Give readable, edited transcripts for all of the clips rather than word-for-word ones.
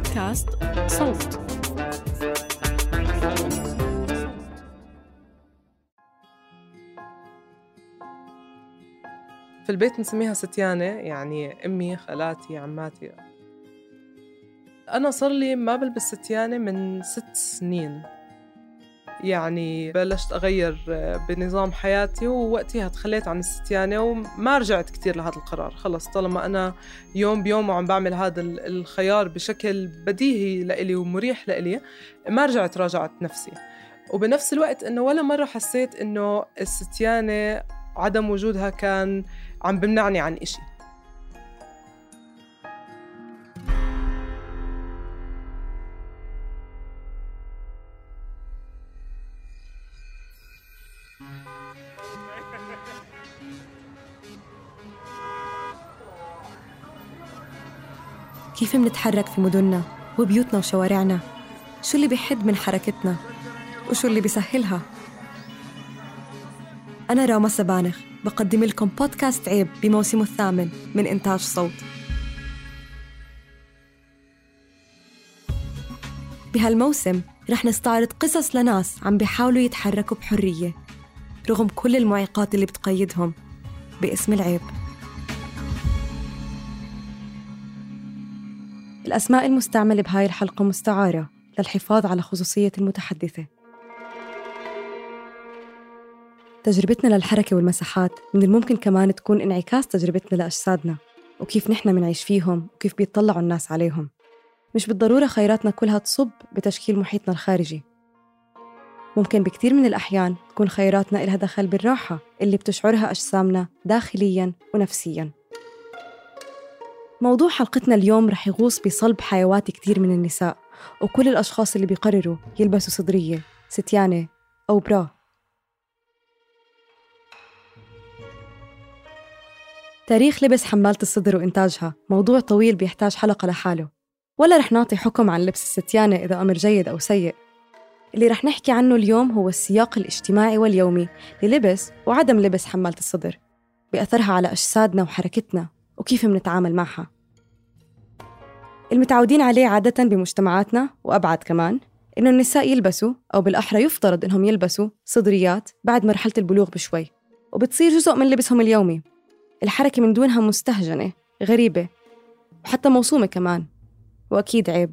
بودكاست صوت. في البيت نسميها ستيانة، يعني أمي، خالاتي، عماتي. أنا صار لي ما بلبس ستيانة من 6 سنين، يعني بلشت أغير بنظام حياتي، ووقتها تخليت عن الستيانة وما رجعت كتير لهذا القرار. خلص طالما أنا يوم بيوم وعم بعمل هذا الخيار بشكل بديهي لإلي ومريح لإلي، ما رجعت راجعت نفسي. وبنفس الوقت إنه ولا مرة حسيت إنه الستيانة عدم وجودها كان عم بمنعني عن إشي. كيف منتحرك في مدننا وبيوتنا وشوارعنا؟ شو اللي بيحد من حركتنا؟ وشو اللي بيسهلها؟ أنا راما سبانخ بقدم لكم بودكاست عيب بموسمه الثامن من إنتاج صوت. بهالموسم رح نستعرض قصص لناس عم بيحاولوا يتحركوا بحرية رغم كل المعيقات اللي بتقيدهم باسم العيب. الأسماء المستعملة بهاي الحلقة مستعارة للحفاظ على خصوصية المتحدثة. تجربتنا للحركة والمساحات من الممكن كمان تكون انعكاس تجربتنا لأجسادنا وكيف نحن منعيش فيهم وكيف بيطلعوا الناس عليهم. مش بالضرورة خيراتنا كلها تصب بتشكيل محيطنا الخارجي. ممكن بكتير من الأحيان تكون خيراتنا إلها دخل بالراحة اللي بتشعرها أجسامنا داخلياً ونفسياً. موضوع حلقتنا اليوم رح يغوص بصلب حيوات كتير من النساء وكل الأشخاص اللي بيقرروا يلبسوا صدرية، ستيانة أو برا. تاريخ لبس حمالة الصدر وإنتاجها موضوع طويل بيحتاج حلقة لحاله، ولا رح نعطي حكم عن لبس الستيانة إذا أمر جيد أو سيء. اللي رح نحكي عنه اليوم هو السياق الاجتماعي واليومي للبس وعدم لبس حمالة الصدر، بأثرها على أجسادنا وحركتنا وكيف منتعامل معها. المتعودين عليه عادة بمجتمعاتنا وأبعد كمان إنه النساء يلبسوا أو بالأحرى يفترض إنهم يلبسوا صدريات بعد مرحلة البلوغ بشوي، وبتصير جزء من لبسهم اليومي. الحركة من دونها مستهجنة، غريبة، وحتى موصومة كمان، وأكيد عيب.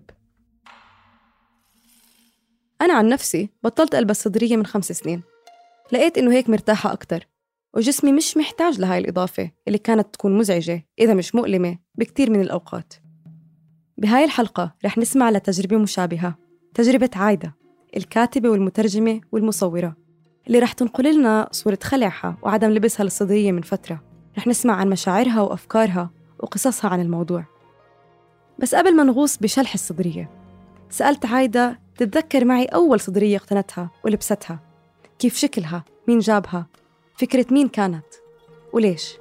أنا عن نفسي بطلت ألبس صدرية من 5 سنين. لقيت إنه هيك مرتاحة أكتر، وجسمي مش محتاج لهاي الإضافة اللي كانت تكون مزعجة إذا مش مؤلمة بكتير من الأوقات. بهاي الحلقة رح نسمع لتجربة مشابهة، تجربة عايدة، الكاتبة والمترجمة والمصورة، اللي رح تنقل لنا صورة خلعها وعدم لبسها للصدرية من فترة. رح نسمع عن مشاعرها وأفكارها وقصصها عن الموضوع. بس قبل ما نغوص بشلح الصدرية، سألت عايدة تتذكر معي أول صدرية اقتنتها ولبستها، كيف شكلها، مين جابها، فكرة مين كانت، وليش؟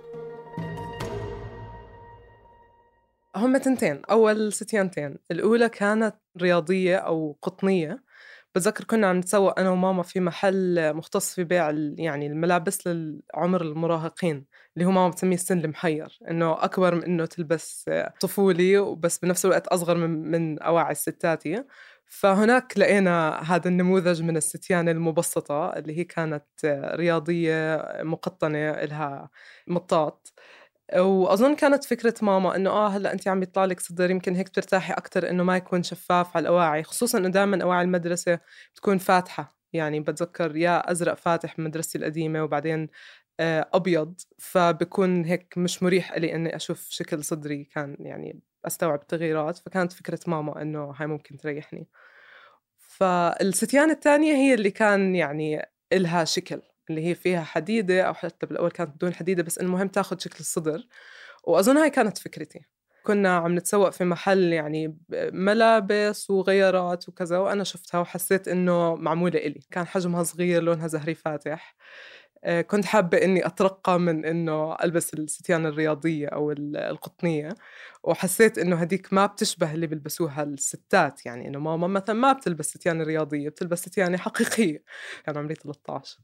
هم تنتين، أول ستيانتين. الأولى كانت رياضية أو قطنية. بتذكر كنا عم نتسوق أنا وماما في محل مختص في بيع يعني الملابس للعمر المراهقين، اللي هو ماما بتسميه السن المحير، إنه أكبر من إنه تلبس طفولي وبس بنفس الوقت أصغر من أواعي الستاتي. فهناك لقينا هذا النموذج من الستيان المبسطة اللي هي كانت رياضية مقطنة إلها مطاط. وأظن كانت فكرة ماما إنه هلأ أنت عم يطلع لك صدر، يمكن هيك بترتاحي أكتر إنه ما يكون شفاف على الأواعي، خصوصاً إنه دائماً أواعي المدرسة بتكون فاتحة. يعني بتذكر يا أزرق فاتح من مدرستي القديمة وبعدين أبيض، فبكون هيك مش مريح لي إني أشوف شكل صدري، كان يعني أستوعب التغييرات. فكانت فكرة ماما إنه هاي ممكن تريحني. فالستيان الثانية هي اللي كان يعني إلها شكل، اللي هي فيها حديدة، أو حتى بالأول كانت بدون حديدة بس المهم تاخد شكل الصدر. وأظن هاي كانت فكرتي. كنا عم نتسوق في محل يعني ملابس وغيارات وكذا، وأنا شفتها وحسيت إنه معمولة إلي. كان حجمها صغير، لونها زهري فاتح. كنت حابة إني أترقى من إنه ألبس الستيان الرياضية أو القطنية، وحسيت إنه هديك ما بتشبه اللي بيلبسوها الستات. يعني إنه ماما مثلا ما بتلبس ستيان رياضية، بتلبس ستيان حقيقية. كان عمري 13.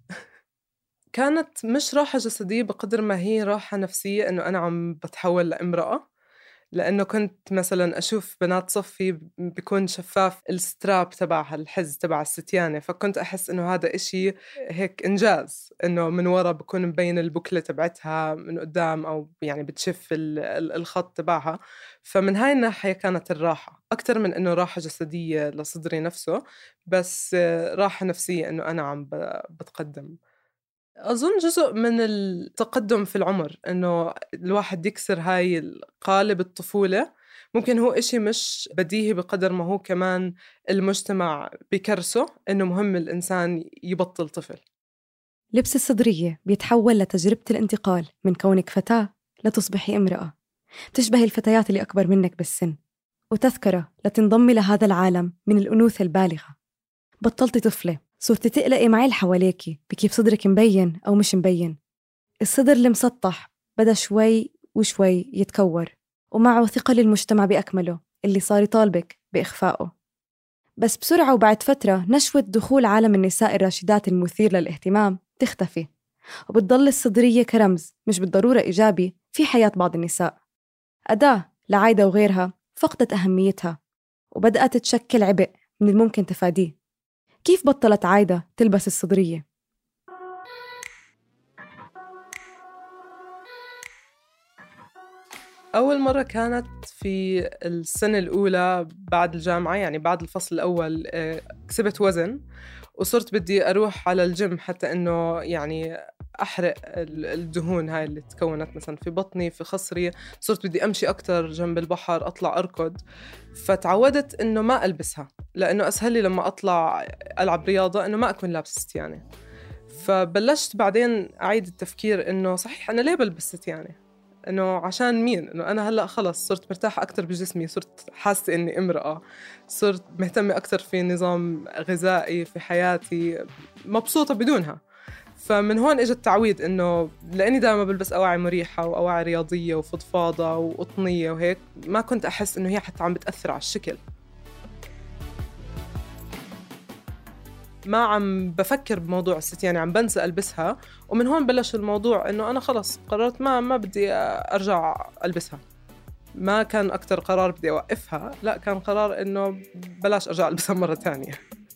كانت مش راحة جسدية بقدر ما هي راحة نفسية، إنه أنا عم بتحول لامرأة. لأنه كنت مثلا أشوف بنات صفي بيكون شفاف الستراب تبعها، الحز تبع الستيانة، فكنت أحس إنه هذا إشي هيك إنجاز، إنه من ورا بكون مبين البكلة تبعتها، من قدام أو يعني بتشف الخط تبعها. فمن هاي الناحية كانت الراحة أكتر من إنه راحة جسدية لصدري نفسه، بس راحة نفسية إنه أنا عم بتقدم. أظن جزء من التقدم في العمر إنه الواحد يكسر هاي قالب الطفولة، ممكن هو إشي مش بديهي بقدر ما هو كمان المجتمع بكرسه إنه مهم الإنسان يبطل طفل. لبس الصدرية بيتحول لتجربة الانتقال من كونك فتاة لتصبحي امرأة، تشبهي الفتيات اللي أكبر منك بالسن، وتذكرة لتنضمي لهذا العالم من الأنوثة البالغة. بطلتي طفلة، صرتي تقلقي معي اللي حواليكي بكيف صدرك مبين أو مش مبين. الصدر المسطح بدأ شوي وشوي يتكور، ومعه ثقل المجتمع بأكمله اللي صار يطالبك بإخفائه. بس بسرعة وبعد فترة نشوة دخول عالم النساء الراشدات المثير للاهتمام تختفي، وبتضل الصدرية كرمز مش بالضرورة إيجابي في حياة بعض النساء. أداة لعايدة وغيرها فقدت أهميتها وبدأت تشكل عبء من الممكن تفاديه. كيف بطلت عايدة تلبس الصدرية؟ أول مرة كانت في السنة الأولى بعد الجامعة، يعني بعد الفصل الأول. كسبت وزن وصرت بدي أروح على الجيم حتى إنه يعني أحرق الدهون هاي اللي تكونت مثلا في بطني في خصري. صرت بدي أمشي أكتر جنب البحر، أطلع أركض. فتعودت إنه ما ألبسها، لأنه أسهل لي لما أطلع ألعب رياضة إنه ما أكون لابسة ستيانة. فبلشت بعدين أعيد التفكير إنه صحيح أنا ليه بلبس ستيانة؟ إنه عشان مين؟ إنه أنا هلأ خلص صرت مرتاحة أكتر بجسمي، صرت حاسة إني امرأة، صرت مهتمة أكتر في نظام غذائي في حياتي، مبسوطة بدونها. فمن هون إجا التعويض، إنه لأني دائما بلبس أواعي مريحة وأواعي رياضية وفضفاضة وقطنية وهيك، ما كنت أحس إنه هي حتى عم بتأثر على الشكل. ما عم بفكر بموضوع الستيانة، عم بنسى ألبسها. ومن هون بلش الموضوع إنه أنا خلص قررت ما بدي أرجع ألبسها. ما كان أكتر قرار بدي أوقفها، لا كان قرار إنه بلاش أرجع ألبسها مرة تانية.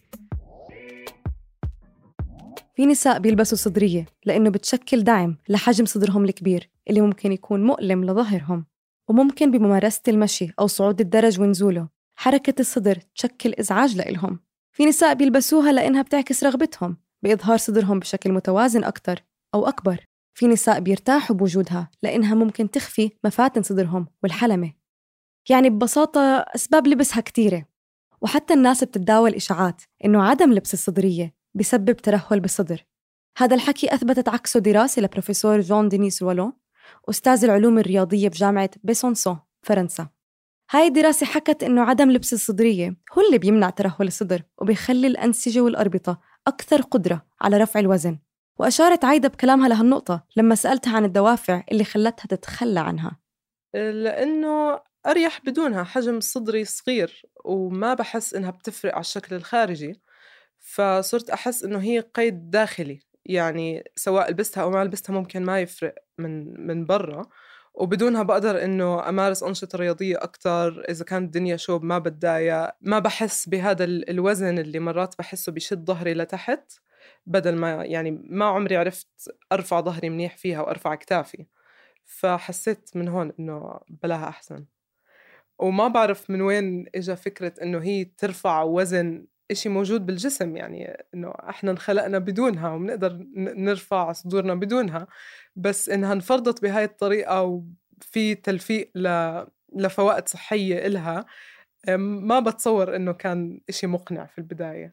في نساء بيلبسوا صدرية لأنه بتشكل دعم لحجم صدرهم الكبير اللي ممكن يكون مؤلم لظهرهم، وممكن بممارسة المشي أو صعود الدرج ونزوله حركة الصدر تشكل إزعاج لإلهم. في نساء بيلبسوها لأنها بتعكس رغبتهم بإظهار صدرهم بشكل متوازن أكتر أو أكبر. في نساء بيرتاحوا بوجودها لأنها ممكن تخفي مفاتن صدرهم والحلمة. يعني ببساطة أسباب لبسها كتيرة. وحتى الناس بتتداول إشاعات إنه عدم لبس الصدرية بسبب ترهل بالصدر. هذا الحكي أثبتت عكسه دراسة لبروفيسور جون دينيس رولو، أستاذ العلوم الرياضية بجامعة بيسونسون فرنسا. هاي الدراسة حكت إنه عدم لبس الصدرية هو اللي بيمنع ترهل الصدر وبيخلي الأنسجة والأربطة أكثر قدرة على رفع الوزن. وأشارت عايدة بكلامها لهالنقطة لما سألتها عن الدوافع اللي خلتها تتخلى عنها. لأنه أريح بدونها، حجم صدري صغير وما بحس إنها بتفرق على الشكل الخارجي. فصرت أحس إنه هي قيد داخلي، يعني سواء لبستها أو ما لبستها ممكن ما يفرق من برا. وبدونها بقدر إنه أمارس أنشطة رياضية أكتر. إذا كانت الدنيا شوب ما بتضايق، ما بحس بهذا الوزن اللي مرات بحسه بيشد ظهري لتحت، بدل ما يعني ما عمري عرفت أرفع ظهري منيح فيها وأرفع كتافي. فحسيت من هون إنه بلاها أحسن. وما بعرف من وين إجا فكرة إنه هي ترفع وزن إشي موجود بالجسم، يعني إنه إحنا انخلقنا بدونها وبنقدر نرفع صدورنا بدونها، بس إنها انفرضت بهاي الطريقة وفي تلفيق لفوائد صحية إلها. ما بتصور إنه كان إشي مقنع في البداية.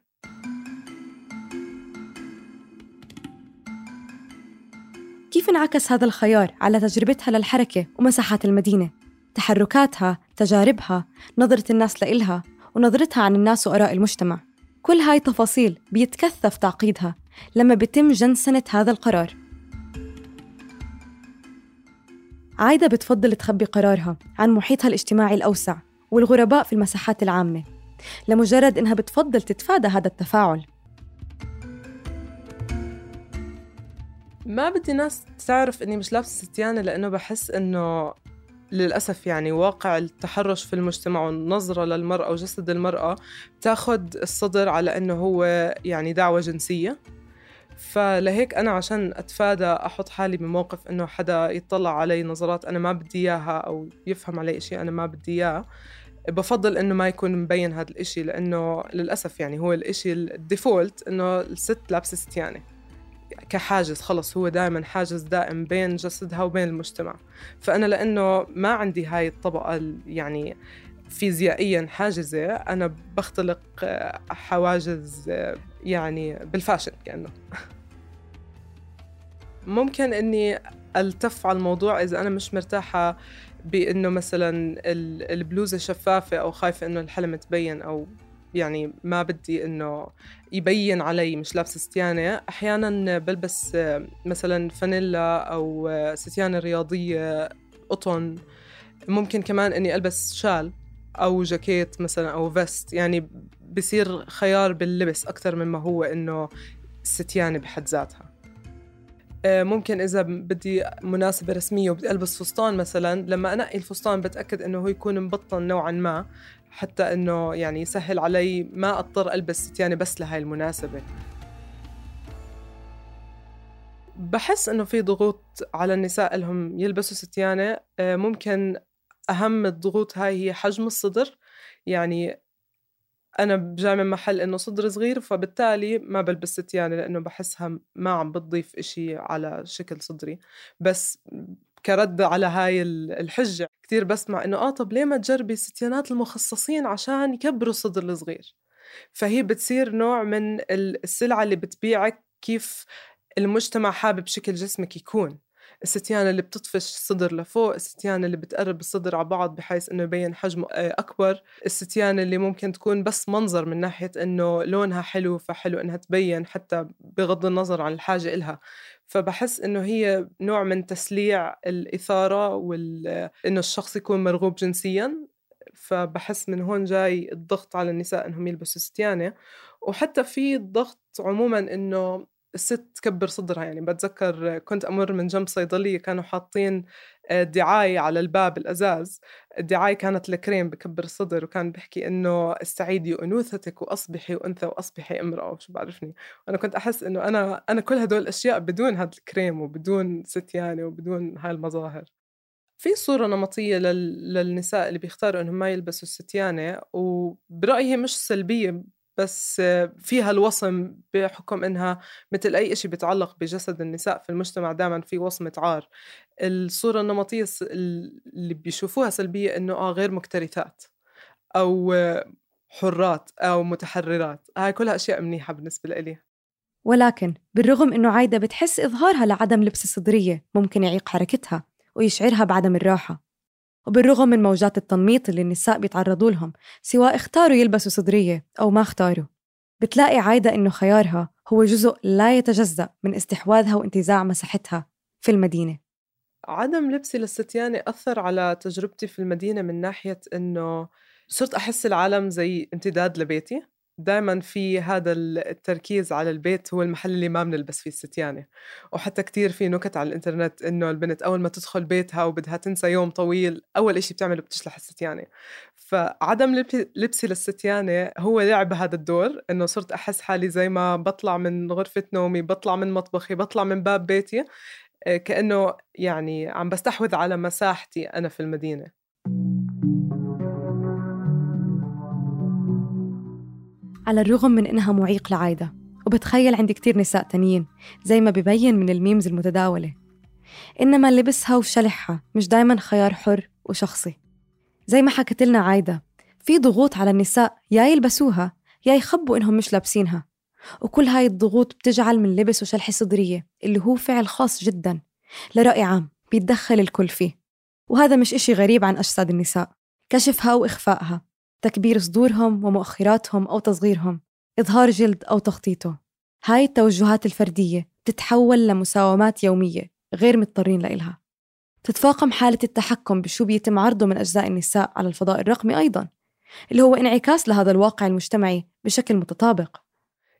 كيف انعكس هذا الخيار على تجربتها للحركة ومساحات المدينة؟ تحركاتها، تجاربها، نظرة الناس لإلها ونظرتها عن الناس وآراء المجتمع. كل هاي تفاصيل بيتكثف تعقيدها لما بيتم جنسنة هذا القرار. عايدة بتفضل تخبي قرارها عن محيطها الاجتماعي الأوسع والغرباء في المساحات العامة، لمجرد إنها بتفضل تتفادى هذا التفاعل. ما بدي ناس تعرف إني مش لابسة ستيانة، لأنه بحس إنه للأسف يعني واقع التحرش في المجتمع والنظرة للمرأة وجسد المرأة بتاخد الصدر على أنه هو يعني دعوة جنسية. فلهيك أنا عشان أتفادى أحط حالي بموقف أنه حدا يطلع علي نظرات أنا ما بدي إياها أو يفهم علي إشي أنا ما بدي إياه، بفضل إنه ما يكون مبين هذا الإشي، لأنه للأسف يعني هو الإشي الديفولت إنه الست لابسة ستيانة كحاجز، خلص هو دائما حاجز دائم بين جسدها وبين المجتمع. فأنا لأنه ما عندي هاي الطبقة يعني فيزيائيا حاجزة، أنا بختلق حواجز يعني بالفاشن كأنه. ممكن إني ألتف على الموضوع إذا أنا مش مرتاحة بإنه مثلا البلوزة شفافة أو خايفة إنه الحلم تبين، أو يعني ما بدي إنه يبين علي مش لابسة ستيانة. أحياناً بلبس مثلاً فانيلا أو ستيانة رياضية قطن. ممكن كمان إني ألبس شال أو جاكيت مثلاً أو فيست، يعني بصير خيار باللبس أكتر مما هو إنه ستيانة بحد ذاتها. ممكن إذا بدي مناسبة رسمية وبدي ألبس فستان مثلاً، لما أنقي الفستان بتأكد إنه هو يكون مبطن نوعاً ما، حتى إنه يعني يسهل علي ما أضطر ألبس ستيانة بس لهاي المناسبة. بحس إنه في ضغوط على النساء لهم يلبسوا ستيانة. ممكن أهم الضغوط هاي هي حجم الصدر. يعني أنا بجاي من محل إنه صدر صغير، فبالتالي ما بلبس ستيانة لأنه بحسها ما عم بتضيف إشي على شكل صدري. بس كرد على هاي الحجة كتير بسمع إنه طب ليه ما تجربي ستيانات المخصصين عشان يكبروا الصدر الصغير؟ فهي بتصير نوع من السلعة اللي بتبيعك كيف المجتمع حابب شكل جسمك يكون. الستيانة اللي بتطفش الصدر لفوق، الستيانة اللي بتقرب الصدر على بعض بحيث إنه يبين حجمه أكبر، الستيانة اللي ممكن تكون بس منظر من ناحية إنه لونها حلو فحلو إنها تبين حتى بغض النظر عن الحاجة إلها. فبحس إنه هي نوع من تسليع الإثارة إنه الشخص يكون مرغوب جنسياً. فبحس من هون جاي الضغط على النساء إنهم يلبسوا ستيانة. وحتى في الضغط عموماً إنه الست تكبر صدرها. يعني بتذكر كنت أمر من جنب صيدلية كانوا حاطين دعاية على الباب الأزاز. الدعاية كانت لكريم بكبر الصدر، وكان بحكي إنه استعيدي أنوثتك وأصبحي أنثى وأصبحي امرأة وشو بعرفني. وأنا كنت أحس إنه أنا كل هدول الأشياء بدون هذا الكريم وبدون ستيانة وبدون هاي المظاهر. في صورة نمطية للنساء اللي بيختاروا إنهم ما يلبسوا الستيانة، وبرأيي مش سلبية، بس فيها الوصم بحكم إنها مثل أي إشي بيتعلق بجسد النساء في المجتمع دائما في وصمة عار. الصورة النمطية اللي بيشوفوها سلبية إنه غير مكترثات أو حرات أو متحررات. هاي كلها أشياء منيحة بالنسبة لإلي. ولكن بالرغم إنه عايدة بتحس إظهارها لعدم لبس الصدرية ممكن يعيق حركتها ويشعرها بعدم الراحة، وبالرغم من موجات التنميط اللي النساء بيتعرضوا لهم سواء اختاروا يلبسوا صدرية أو ما اختاروا، بتلاقي عايدة إنه خيارها هو جزء لا يتجزأ من استحواذها وانتزاع مساحتها في المدينة. عدم لبسي للستيانة أثر على تجربتي في المدينة من ناحية إنه صرت أحس العالم زي امتداد لبيتي. دائما في هذا التركيز على البيت، هو المحل اللي ما بنلبس فيه الستيانة. وحتى كتير في نكت على الإنترنت إنه البنت أول ما تدخل بيتها وبدها تنسى يوم طويل أول إشي بتعمله بتشلح الستيانة. فعدم لبسي للستيانة هو لعب هذا الدور، إنه صرت أحس حالي زي ما بطلع من غرفة نومي، بطلع من مطبخي، بطلع من باب بيتي، كأنه يعني عم بستحوذ على مساحتي أنا في المدينة. على الرغم من إنها معيق لعايدة، وبتخيل عند كتير نساء تانيين زي ما ببين من الميمز المتداولة، إنما لبسها وشلحها مش دايما خيار حر وشخصي. زي ما حكت لنا عايدة، في ضغوط على النساء يا يلبسوها يا يخبوا إنهم مش لابسينها، وكل هاي الضغوط بتجعل من لبس وشلح صدرية اللي هو فعل خاص جدا لرأي عام بيتدخل الكل فيه. وهذا مش إشي غريب عن أجساد النساء، كشفها أو إخفائها، تكبير صدورهم ومؤخراتهم أو تصغيرهم، إظهار جلد أو تخطيطه. هاي التوجهات الفردية تتحول لمساومات يومية غير مضطرين لإلها. تتفاقم حالة التحكم بشو بيتم عرضه من أجزاء النساء على الفضاء الرقمي أيضاً، اللي هو انعكاس لهذا الواقع المجتمعي بشكل متطابق.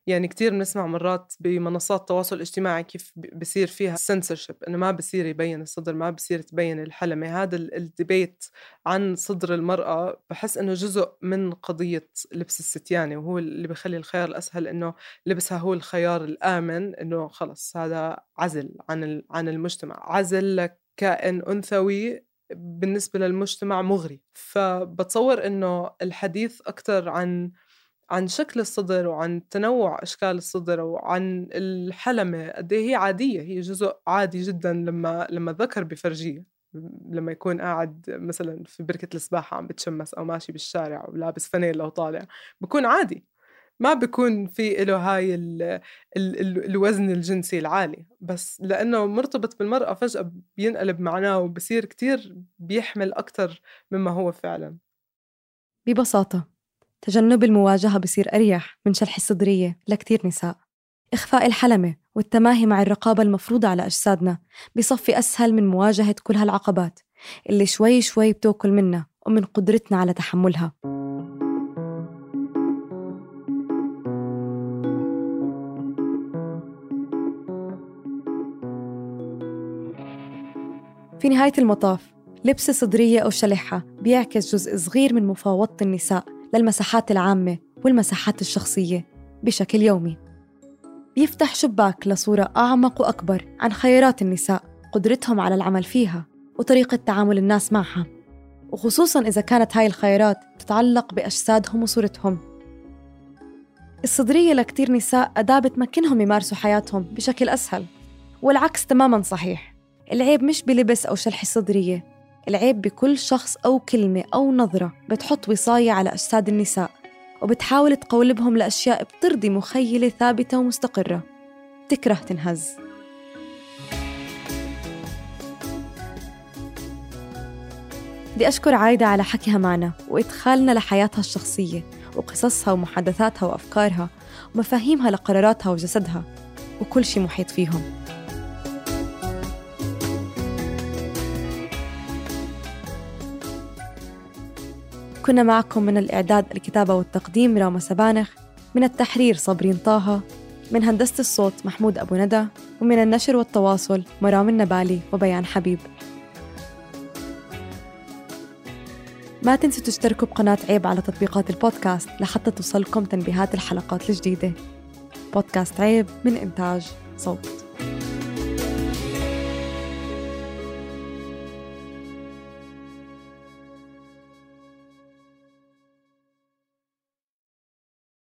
يعني كتير بنسمع مرات بمنصات التواصل الاجتماعي كيف بصير فيها censorship، إنه ما بصير يبين الصدر، ما بصير تبين الحلمة. هذا الديبيت عن صدر المرأة بحس إنه جزء من قضية لبس الستيانة، وهو اللي بيخلي الخيار الأسهل إنه لبسها هو الخيار الآمن، إنه خلص هذا عزل عن المجتمع، عزل لكائن أنثوي بالنسبة للمجتمع مغري. فبتصور إنه الحديث أكتر عن شكل الصدر وعن تنوع أشكال الصدر وعن الحلمة قد إيه هي عادية، هي جزء عادي جدا. لما ذكر بفرجيه لما يكون قاعد مثلا في بركة السباحة عم بتشمس أو ماشي بالشارع ولابس فانيلا وطالع، بكون عادي، ما بيكون في له هاي الوزن الجنسي العالي، بس لأنه مرتبط بالمرأة فجأة بينقلب معناه وبصير كتير بيحمل أكتر مما هو فعلا. ببساطة تجنب المواجهة بصير أريح من شلح الصدرية لكتير نساء. إخفاء الحلمة والتماهي مع الرقابة المفروضة على أجسادنا بصفي أسهل من مواجهة كل هالعقبات اللي شوي شوي بتوكل منا ومن قدرتنا على تحملها. في نهاية المطاف لبس صدرية أو شلحة بيعكس جزء صغير من مفاوضة النساء للمساحات العامة والمساحات الشخصية بشكل يومي. بيفتح شباك لصورة أعمق وأكبر عن خيارات النساء، قدرتهم على العمل فيها وطريقة تعامل الناس معها، وخصوصاً إذا كانت هاي الخيارات تتعلق بأجسادهم وصورتهم. الصدرية لكتير نساء أداة بتمكنهم يمارسوا حياتهم بشكل أسهل، والعكس تماماً صحيح. العيب مش بلبس أو شلح الصدرية، العيب بكل شخص أو كلمة أو نظرة بتحط وصاية على أجساد النساء وبتحاول تقولبهم لأشياء بترضي مخيلة ثابتة ومستقرة تكره تنهز. بدي أشكر عايدة على حكيها معنا وإدخالنا لحياتها الشخصية وقصصها ومحادثاتها وأفكارها ومفاهيمها لقراراتها وجسدها وكل شي محيط فيهم. كنا معكم من الإعداد، الكتابة والتقديم راما سبانخ، من التحرير صابرين طه، من هندسة الصوت محمود أبو ندى، ومن النشر والتواصل مرام النبالي وبيان حبيب. ما تنسوا تشتركوا بقناة عيب على تطبيقات البودكاست لحتى توصلكم تنبيهات الحلقات الجديدة. بودكاست عيب من إنتاج صوت.